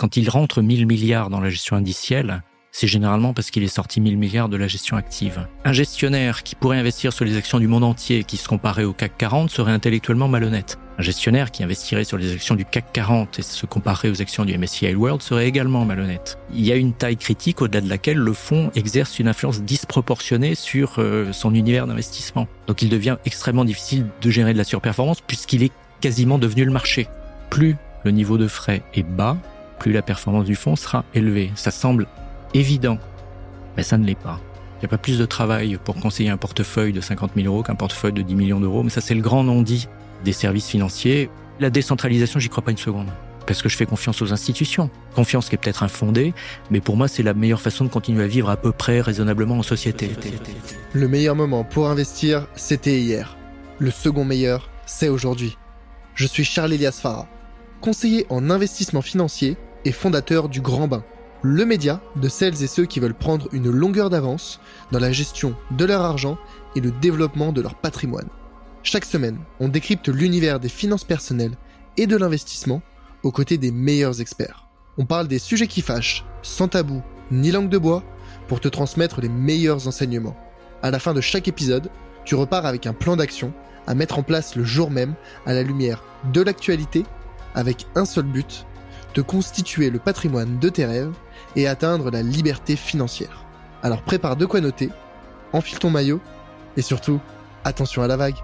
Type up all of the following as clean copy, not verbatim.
Quand il rentre 1000 milliards dans la gestion indicielle, c'est généralement parce qu'il est sorti 1000 milliards de la gestion active. Un gestionnaire qui pourrait investir sur les actions du monde entier qui se comparait au CAC 40 serait intellectuellement malhonnête. Un gestionnaire qui investirait sur les actions du CAC 40 et se comparait aux actions du MSCI World serait également malhonnête. Il y a une taille critique au-delà de laquelle le fonds exerce une influence disproportionnée sur son univers d'investissement. Donc il devient extrêmement difficile de gérer de la surperformance puisqu'il est quasiment devenu le marché. Plus le niveau de frais est bas, plus la performance du fonds sera élevée. Ça semble évident, mais ça ne l'est pas. Il n'y a pas plus de travail pour conseiller un portefeuille de 50 000 euros qu'un portefeuille de 10 millions d'euros, mais ça c'est le grand non-dit des services financiers. La décentralisation, j'y crois pas une seconde, parce que je fais confiance aux institutions. Confiance qui est peut-être infondée, mais pour moi c'est la meilleure façon de continuer à vivre à peu près raisonnablement en société. Le meilleur moment pour investir, c'était hier. Le second meilleur, c'est aujourd'hui. Je suis Charles-Élias Farah, conseiller en investissement financier et fondateur du Grand Bain, le média de celles et ceux qui veulent prendre une longueur d'avance dans la gestion de leur argent et le développement de leur patrimoine. Chaque semaine, on décrypte l'univers des finances personnelles et de l'investissement aux côtés des meilleurs experts. On parle des sujets qui fâchent, sans tabou ni langue de bois, pour te transmettre les meilleurs enseignements. À la fin de chaque épisode, tu repars avec un plan d'action à mettre en place le jour même à la lumière de l'actualité avec un seul but, te constituer le patrimoine de tes rêves et atteindre la liberté financière. Alors prépare de quoi noter, enfile ton maillot et surtout, attention à la vague.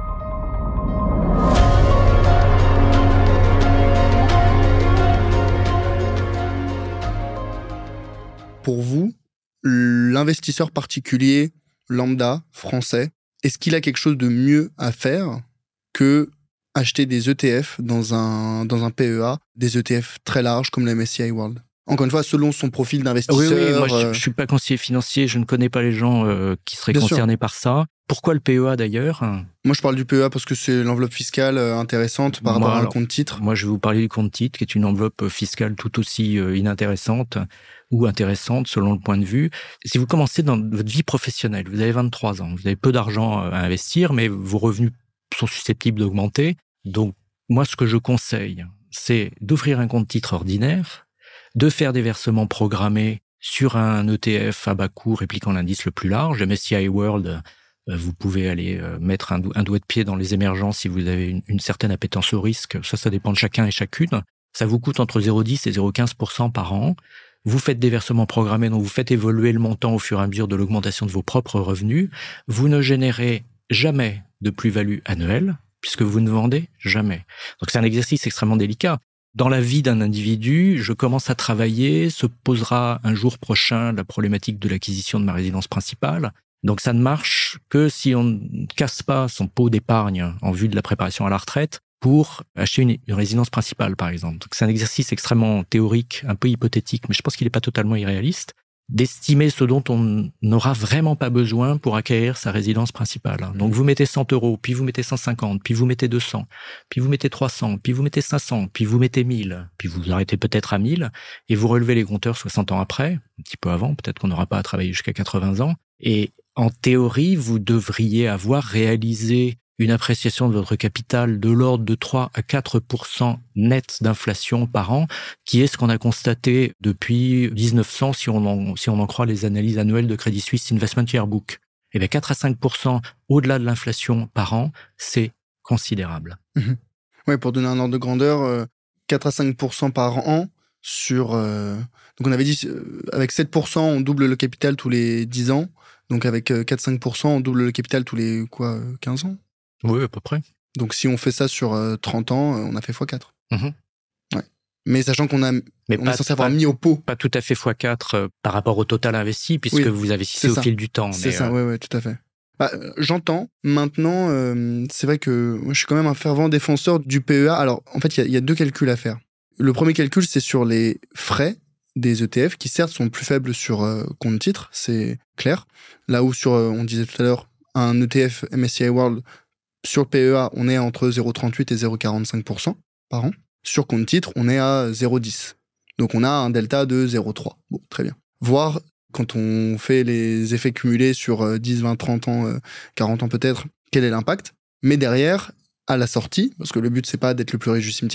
Pour vous, l'investisseur particulier, lambda, français, est-ce qu'il a quelque chose de mieux à faire que acheter des ETF dans un PEA, des ETF très larges comme le MSCI World? Encore une fois, selon son profil d'investisseur. Oui, moi je suis pas conseiller financier, je ne connais pas les gens qui seraient concernés par ça. Pourquoi le PEA d'ailleurs? Moi je parle du PEA parce que c'est l'enveloppe fiscale intéressante par rapport à un compte titre. Moi je vais vous parler du compte titre qui est une enveloppe fiscale tout aussi inintéressante ou intéressante selon le point de vue. Si vous commencez dans votre vie professionnelle, vous avez 23 ans, vous avez peu d'argent à investir, mais vos revenus sont susceptibles d'augmenter. Donc moi ce que je conseille, c'est d'ouvrir un compte titre ordinaire, de faire des versements programmés sur un ETF à bas coût répliquant l'indice le plus large. Le MSCI World, vous pouvez aller mettre un doigt de pied dans les émergences si vous avez une certaine appétence au risque. Ça dépend de chacun et chacune. Ça vous coûte entre 0,10 et 0,15% par an. Vous faites des versements programmés, donc vous faites évoluer le montant au fur et à mesure de l'augmentation de vos propres revenus. Vous ne générez jamais de plus-value annuelle, puisque vous ne vendez jamais. Donc c'est un exercice extrêmement délicat. Dans la vie d'un individu, je commence à travailler, se posera un jour prochain la problématique de l'acquisition de ma résidence principale. Donc ça ne marche que si on ne casse pas son pot d'épargne en vue de la préparation à la retraite pour acheter une résidence principale, par exemple. Donc c'est un exercice extrêmement théorique, un peu hypothétique, mais je pense qu'il n'est pas totalement irréaliste, d'estimer ce dont on n'aura vraiment pas besoin pour acquérir sa résidence principale. Donc vous mettez 100 euros, puis vous mettez 150, puis vous mettez 200, puis vous mettez 300, puis vous mettez 500, puis vous mettez 1000, puis vous arrêtez peut-être à 1000, et vous relevez les compteurs 60 ans après, un petit peu avant, peut-être qu'on n'aura pas à travailler jusqu'à 80 ans, et en théorie, vous devriez avoir réalisé une appréciation de votre capital de l'ordre de 3 à 4% net d'inflation par an, qui est ce qu'on a constaté depuis 1900 si on en croit les analyses annuelles de Credit Suisse Investment Yearbook. Et bien 4 à 5% au-delà de l'inflation par an, c'est considérable. Ouais, pour donner un ordre de grandeur, 4 à 5% par an sur... Donc on avait dit, avec 7%, on double le capital tous les 10 ans. Donc avec 4-5%, on double le capital tous les 15 ans? Oui, à peu près. Donc si on fait ça sur 30 ans, on a fait x4. Ouais. Mais sachant qu'on est censé avoir mis au pot. Pas tout à fait x4 par rapport au total investi, puisque vous avez cissé au fil du temps. C'est ça, oui, tout à fait. J'entends. Maintenant, c'est vrai que moi, je suis quand même un fervent défenseur du PEA. Alors, en fait, il y a deux calculs à faire. Le premier calcul, c'est sur les frais des ETF, qui certes sont plus faibles sur compte titre, c'est clair. Là où on disait tout à l'heure, un ETF MSCI World, sur PEA, on est entre 0,38 et 0,45% par an. Sur compte titre, on est à 0,10. Donc on a un delta de 0,3. Bon, très bien. Voir, quand on fait les effets cumulés sur 10, 20, 30 ans, 40 ans peut-être, quel est l'impact. Mais derrière, à la sortie, parce que le but c'est pas d'être le plus riche du cimetière,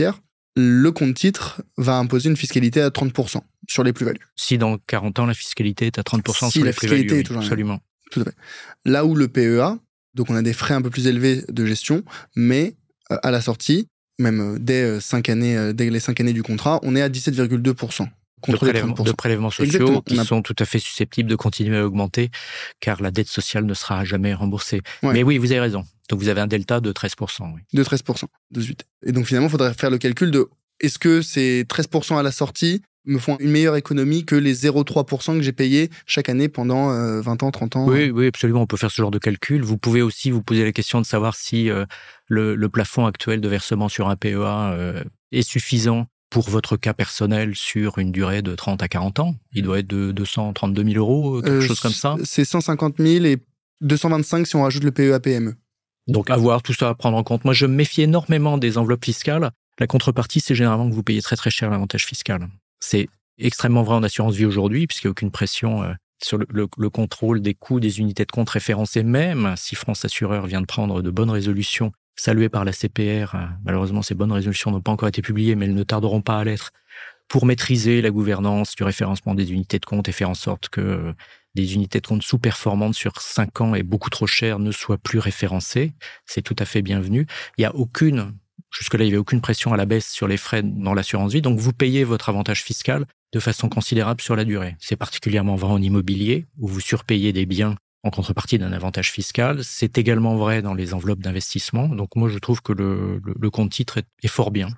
le compte titre va imposer une fiscalité à 30% sur les plus-values. Si dans 40 ans, la fiscalité est à 30% Si sur la les plus-values, fiscalité est toujours absolument. Tout à fait. Là où le PEA, donc on a des frais un peu plus élevés de gestion, mais à la sortie, même dès les 5 années du contrat, on est à 17,2%. Contre de prélèvements sociaux. Exactement. Qui sont tout à fait susceptibles de continuer à augmenter, car la dette sociale ne sera jamais remboursée. Ouais. Mais oui, vous avez raison. Donc vous avez un delta de 13%. Oui. De 13%, de suite. Et donc finalement, il faudrait faire le calcul de est-ce que ces 13% à la sortie me font une meilleure économie que les 0,3% que j'ai payé chaque année pendant 20 ans, 30 ans. Oui, absolument. On peut faire ce genre de calcul. Vous pouvez aussi vous poser la question de savoir si le plafond actuel de versement sur un PEA est suffisant pour votre cas personnel sur une durée de 30 à 40 ans. Il doit être de 232 000 euros, quelque chose comme ça. C'est 150 000 et 225 si on rajoute le PEA-PME. Donc, à voir, tout ça à prendre en compte. Moi, je me méfie énormément des enveloppes fiscales. La contrepartie, c'est généralement que vous payez très, très cher l'avantage fiscal. C'est extrêmement vrai en assurance vie aujourd'hui, puisqu'il n'y a aucune pression sur le contrôle des coûts des unités de compte référencées, même si France Assureur vient de prendre de bonnes résolutions saluées par la CPR. Malheureusement, ces bonnes résolutions n'ont pas encore été publiées, mais elles ne tarderont pas à l'être, pour maîtriser la gouvernance du référencement des unités de compte et faire en sorte que des unités de compte sous-performantes sur 5 ans et beaucoup trop chères ne soient plus référencées. C'est tout à fait bienvenu. Jusque-là, il n'y avait aucune pression à la baisse sur les frais dans l'assurance vie. Donc, vous payez votre avantage fiscal de façon considérable sur la durée. C'est particulièrement vrai en immobilier, où vous surpayez des biens en contrepartie d'un avantage fiscal. C'est également vrai dans les enveloppes d'investissement. Donc, moi, je trouve que le compte titre est fort bien.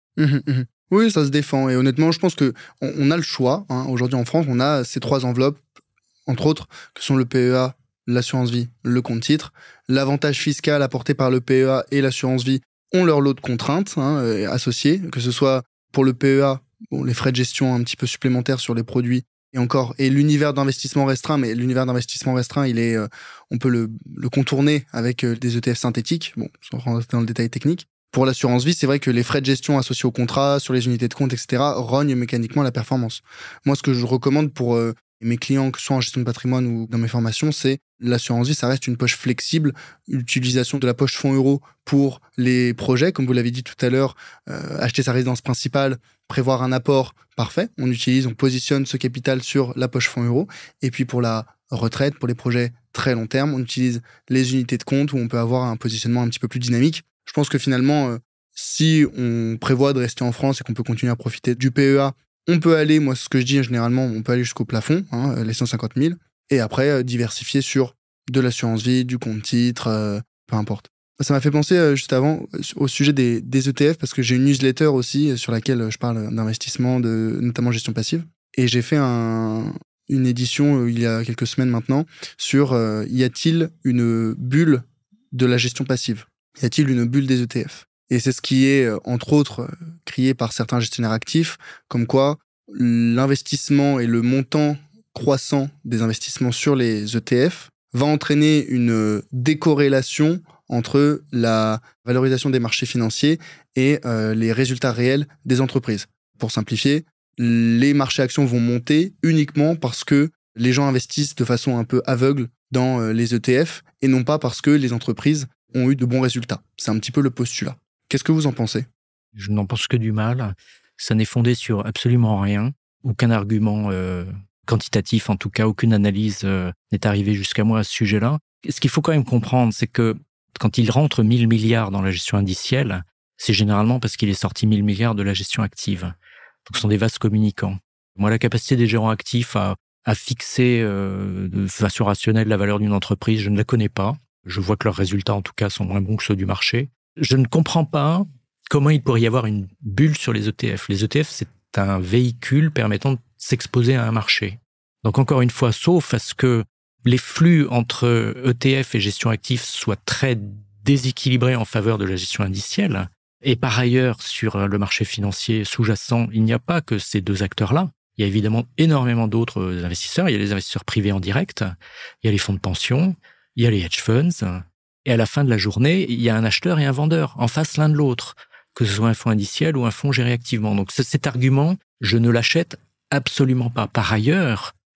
Oui, ça se défend. Et honnêtement, je pense qu'on a le choix. Aujourd'hui, en France, on a ces 3 enveloppes, entre autres, que sont le PEA, l'assurance vie, le compte titre. L'avantage fiscal apporté par le PEA et l'assurance vie ont leur lot de contraintes associées, que ce soit pour le PEA, les frais de gestion un petit peu supplémentaires sur les produits, et l'univers d'investissement restreint, mais l'univers d'investissement restreint, on peut le contourner avec des ETF synthétiques, sans rentrer dans le détail technique. Pour l'assurance vie, c'est vrai que les frais de gestion associés au contrat, sur les unités de compte, etc., rognent mécaniquement la performance. Moi, ce que je recommande pour mes clients, que ce soit en gestion de patrimoine ou dans mes formations, c'est l'assurance vie, ça reste une poche flexible, l'utilisation de la poche fonds euros pour les projets, comme vous l'avez dit tout à l'heure, acheter sa résidence principale, prévoir un apport, parfait. On positionne ce capital sur la poche fonds euros. Et puis pour la retraite, pour les projets très long terme, on utilise les unités de compte où on peut avoir un positionnement un petit peu plus dynamique. Je pense que finalement, si on prévoit de rester en France et qu'on peut continuer à profiter du PEA, on peut aller, moi ce que je dis généralement, on peut aller jusqu'au plafond, les 150 000, et après diversifier sur de l'assurance vie, du compte titre, peu importe. Ça m'a fait penser juste avant au sujet des ETF, parce que j'ai une newsletter aussi sur laquelle je parle d'investissement, notamment gestion passive, et j'ai fait une édition il y a quelques semaines maintenant sur y a-t-il une bulle de la gestion passive ? Y a-t-il une bulle des ETF ? Et c'est ce qui est, entre autres, crié par certains gestionnaires actifs, comme quoi l'investissement et le montant croissant des investissements sur les ETF va entraîner une décorrélation entre la valorisation des marchés financiers et les résultats réels des entreprises. Pour simplifier, les marchés actions vont monter uniquement parce que les gens investissent de façon un peu aveugle dans les ETF et non pas parce que les entreprises ont eu de bons résultats. C'est un petit peu le postulat. Qu'est-ce que vous en pensez ? Je n'en pense que du mal. Ça n'est fondé sur absolument rien. Aucun argument quantitatif, en tout cas, aucune analyse n'est arrivée jusqu'à moi à ce sujet-là. Ce qu'il faut quand même comprendre, c'est que quand il rentre 1000 milliards dans la gestion indicielle, c'est généralement parce qu'il est sorti 1000 milliards de la gestion active. Donc, ce sont des vases communicants. Moi, la capacité des gérants actifs à fixer de façon rationnelle la valeur d'une entreprise, je ne la connais pas. Je vois que leurs résultats, en tout cas, sont moins bons que ceux du marché. Je ne comprends pas comment il pourrait y avoir une bulle sur les ETF. Les ETF, c'est un véhicule permettant de s'exposer à un marché. Donc, encore une fois, sauf à ce que les flux entre ETF et gestion active soient très déséquilibrés en faveur de la gestion indicielle. Et par ailleurs, sur le marché financier sous-jacent, il n'y a pas que ces 2 acteurs-là. Il y a évidemment énormément d'autres investisseurs. Il y a les investisseurs privés en direct, il y a les fonds de pension, il y a les hedge funds. Et à la fin de la journée, il y a un acheteur et un vendeur en face l'un de l'autre, que ce soit un fonds indiciel ou un fonds géré activement. Donc cet argument, je ne l'achète absolument pas. Par ailleurs,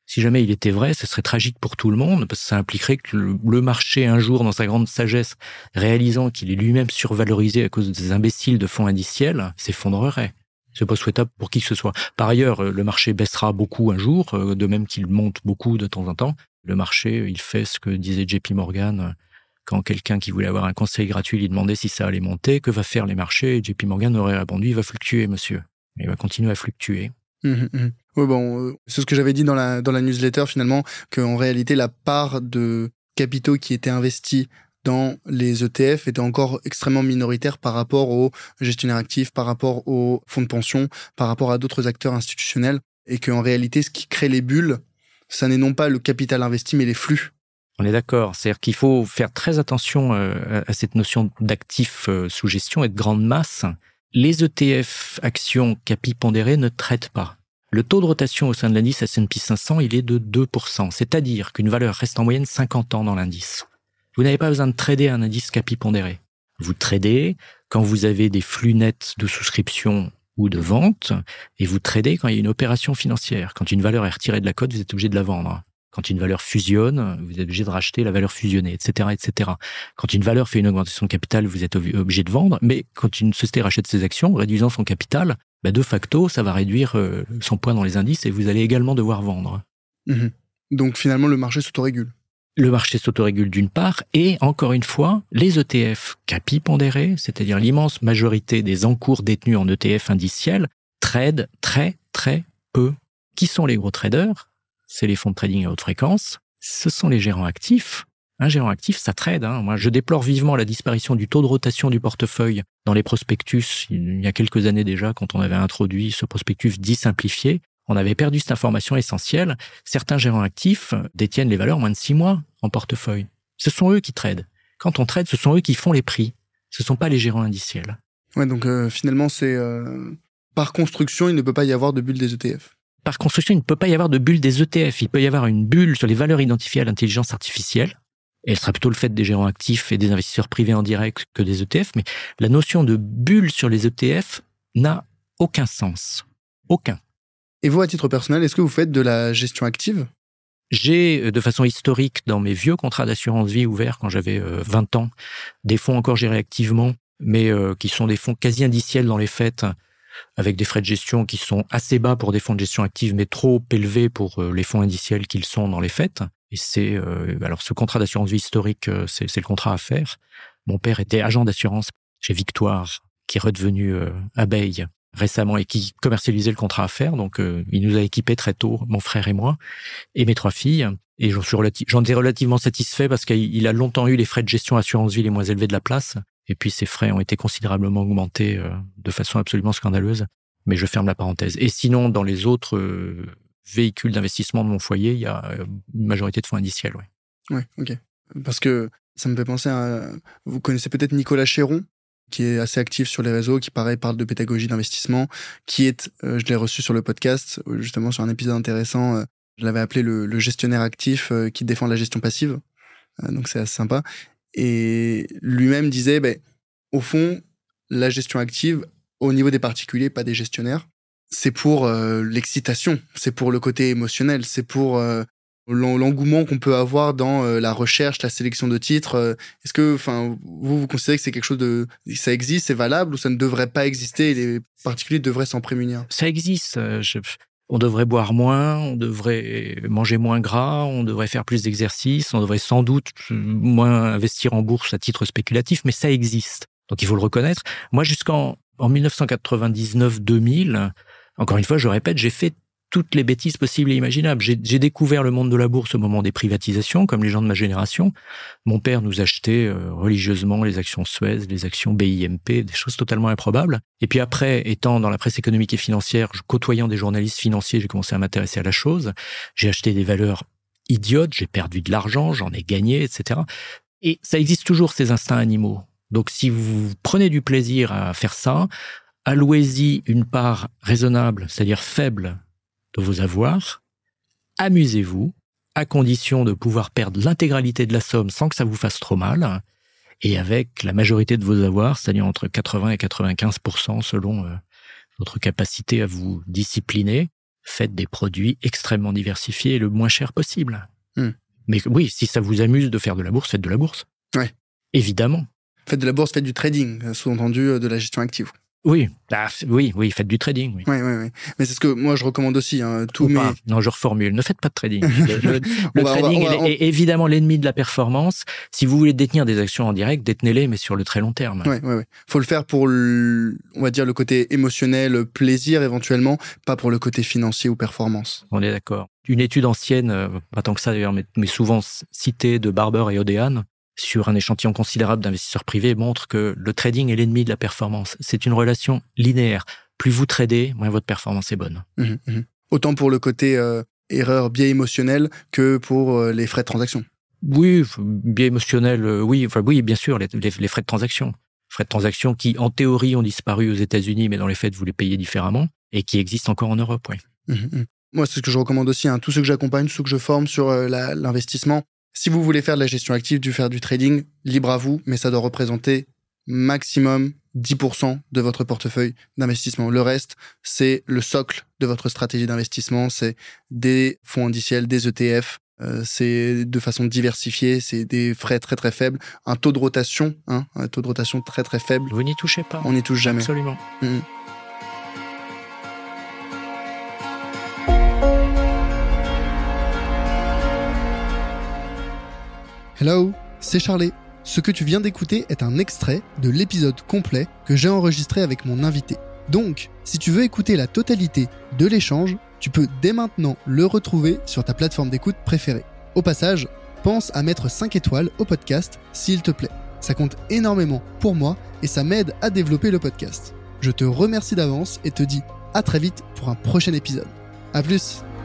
Si jamais il était vrai, ce serait tragique pour tout le monde, parce que ça impliquerait que le marché, un jour, dans sa grande sagesse, réalisant qu'il est lui-même survalorisé à cause des imbéciles de fonds indiciels, s'effondrerait. C'est pas souhaitable pour qui que ce soit. Par ailleurs, le marché baissera beaucoup un jour, de même qu'il monte beaucoup de temps en temps. Le marché, il fait ce que disait JP Morgan quand quelqu'un qui voulait avoir un conseil gratuit lui demandait si ça allait monter. Que va faire les marchés? Et JP Morgan aurait répondu, il va fluctuer, monsieur. Il va continuer à fluctuer. Oui, bon, c'est ce que j'avais dit dans la newsletter finalement, qu'en réalité la part de capitaux qui étaient investis dans les ETF était encore extrêmement minoritaire par rapport aux gestionnaires actifs, par rapport aux fonds de pension, par rapport à d'autres acteurs institutionnels, et qu'en réalité ce qui crée les bulles, ça n'est non pas le capital investi mais les flux. On est d'accord, c'est-à-dire qu'il faut faire très attention à cette notion d'actifs sous gestion et de grande masse. Les ETF actions capi pondérées ne traitent pas. Le taux de rotation au sein de l'indice S&P 500, il est de 2%, c'est-à-dire qu'une valeur reste en moyenne 50 ans dans l'indice. Vous n'avez pas besoin de trader un indice capi pondéré. Vous tradez quand vous avez des flux nets de souscription ou de vente, et vous tradez quand il y a une opération financière. Quand une valeur est retirée de la cote, vous êtes obligé de la vendre. Quand une valeur fusionne, vous êtes obligé de racheter la valeur fusionnée, etc., etc. Quand une valeur fait une augmentation de capital, vous êtes obligé de vendre. Mais quand une société rachète ses actions, réduisant son capital, de facto, ça va réduire son poids dans les indices et vous allez également devoir vendre. Donc finalement, le marché s'autorégule. Le marché s'autorégule d'une part, et encore une fois, les ETF capi pondérés, c'est-à-dire l'immense majorité des encours détenus en ETF indiciels, tradent très, très peu. Qui sont les gros traders? C'est les fonds de trading à haute fréquence. Ce sont les gérants actifs. Un gérant actif, ça trade. Moi, je déplore vivement la disparition du taux de rotation du portefeuille dans les prospectus. Il y a quelques années déjà, quand on avait introduit ce prospectus dit simplifié, on avait perdu cette information essentielle. Certains gérants actifs détiennent les valeurs moins de 6 mois en portefeuille. Ce sont eux qui tradent. Quand on trade, ce sont eux qui font les prix. Ce ne sont pas les gérants indiciels. Ouais, donc finalement, c'est par construction, il ne peut pas y avoir de bulle des ETF. Par construction, il ne peut pas y avoir de bulle des ETF. Il peut y avoir une bulle sur les valeurs identifiées à l'intelligence artificielle. Et elle sera plutôt le fait des gérants actifs et des investisseurs privés en direct que des ETF. Mais la notion de bulle sur les ETF n'a aucun sens. Aucun. Et vous, à titre personnel, est-ce que vous faites de la gestion active? J'ai, de façon historique, dans mes vieux contrats d'assurance vie ouverts quand j'avais 20 ans, des fonds encore gérés activement, mais qui sont des fonds quasi indiciels dans les faits, avec des frais de gestion qui sont assez bas pour des fonds de gestion active, mais trop élevés pour les fonds indiciels qu'ils sont dans les faits. Et c'est alors ce contrat d'assurance vie historique, c'est le contrat à faire. Mon père était agent d'assurance chez Victoire, qui est redevenu Abeille récemment et qui commercialisait le contrat à faire. Donc il nous a équipés très tôt, mon frère et moi, et mes 3 filles. Et j'en étais relativement satisfait parce qu'il a longtemps eu les frais de gestion assurance vie les moins élevés de la place. Et puis ces frais ont été considérablement augmentés de façon absolument scandaleuse. Mais je ferme la parenthèse. Et sinon, dans les autres véhicules d'investissement de mon foyer, il y a une majorité de fonds indiciels. Ouais, ok. Parce que ça me fait penser à... Vous connaissez peut-être Nicolas Chéron, qui est assez actif sur les réseaux, qui pareil parle de pédagogie d'investissement, qui est, je l'ai reçu sur le podcast, justement sur un épisode intéressant, je l'avais appelé le gestionnaire actif qui défend la gestion passive. Donc c'est assez sympa. Et lui-même disait, au fond, la gestion active, au niveau des particuliers, pas des gestionnaires, c'est pour l'excitation, c'est pour le côté émotionnel, c'est pour l'engouement qu'on peut avoir dans la recherche, la sélection de titres. Est-ce que vous considérez que c'est quelque chose de... Ça existe, c'est valable, ou ça ne devrait pas exister et les particuliers devraient s'en prémunir? Ça existe. On devrait boire moins, on devrait manger moins gras, on devrait faire plus d'exercices, on devrait sans doute moins investir en bourse à titre spéculatif, mais ça existe. Donc il faut le reconnaître. Moi, jusqu'en 1999-2000, encore une fois, je répète, j'ai fait toutes les bêtises possibles et imaginables. J'ai découvert le monde de la bourse au moment des privatisations, comme les gens de ma génération. Mon père nous achetait religieusement les actions Suez, les actions BIMP, des choses totalement improbables. Et puis après, étant dans la presse économique et financière, côtoyant des journalistes financiers, j'ai commencé à m'intéresser à la chose. J'ai acheté des valeurs idiotes, j'ai perdu de l'argent, j'en ai gagné, etc. Et ça existe toujours, ces instincts animaux. Donc si vous prenez du plaisir à faire ça, allouez-y une part raisonnable, c'est-à-dire faible, de vos avoirs, amusez-vous, à condition de pouvoir perdre l'intégralité de la somme sans que ça vous fasse trop mal, et avec la majorité de vos avoirs, c'est-à-dire entre 80 et 95% selon votre capacité à vous discipliner, faites des produits extrêmement diversifiés et le moins cher possible. Hmm. Mais oui, si ça vous amuse de faire de la bourse, faites de la bourse. Ouais. Évidemment. Faites de la bourse, faites du trading, sous-entendu de la gestion active. Oui, oui, faites du trading. Oui. Ouais. Mais c'est ce que moi je recommande aussi. Non, je reformule. Ne faites pas de trading. Le trading est évidemment l'ennemi de la performance. Si vous voulez détenir des actions en direct, détenez-les, mais sur le très long terme. Ouais. Faut le faire pour, on va dire, le côté émotionnel, plaisir éventuellement, pas pour le côté financier ou performance. On est d'accord. Une étude ancienne, pas tant que ça d'ailleurs, mais souvent citée, de Barber et Odean, sur un échantillon considérable d'investisseurs privés, montre que le trading est l'ennemi de la performance. C'est une relation linéaire. Plus vous tradez, moins votre performance est bonne. Autant pour le côté erreur, biais émotionnel, que pour les frais de transaction. Oui, biais émotionnel, oui, bien sûr, les frais de transaction. Frais de transaction qui, en théorie, ont disparu aux États-Unis, mais dans les faits, vous les payez différemment, et qui existent encore en Europe, oui. Moi, c'est ce que je recommande aussi. Tous ceux que j'accompagne, tous ceux que je forme sur l'investissement, si vous voulez faire de la gestion active, faire du trading, libre à vous, mais ça doit représenter maximum 10% de votre portefeuille d'investissement. Le reste, c'est le socle de votre stratégie d'investissement. C'est des fonds indiciels, des ETF. C'est de façon diversifiée. C'est des frais très très faibles. Un taux de rotation, très très faible. Vous n'y touchez pas. On n'y touche jamais. Absolument. Hello, c'est Charlie. Ce que tu viens d'écouter est un extrait de l'épisode complet que j'ai enregistré avec mon invité. Donc, si tu veux écouter la totalité de l'échange, tu peux dès maintenant le retrouver sur ta plateforme d'écoute préférée. Au passage, pense à mettre 5 étoiles au podcast s'il te plaît. Ça compte énormément pour moi et ça m'aide à développer le podcast. Je te remercie d'avance et te dis à très vite pour un prochain épisode. À plus!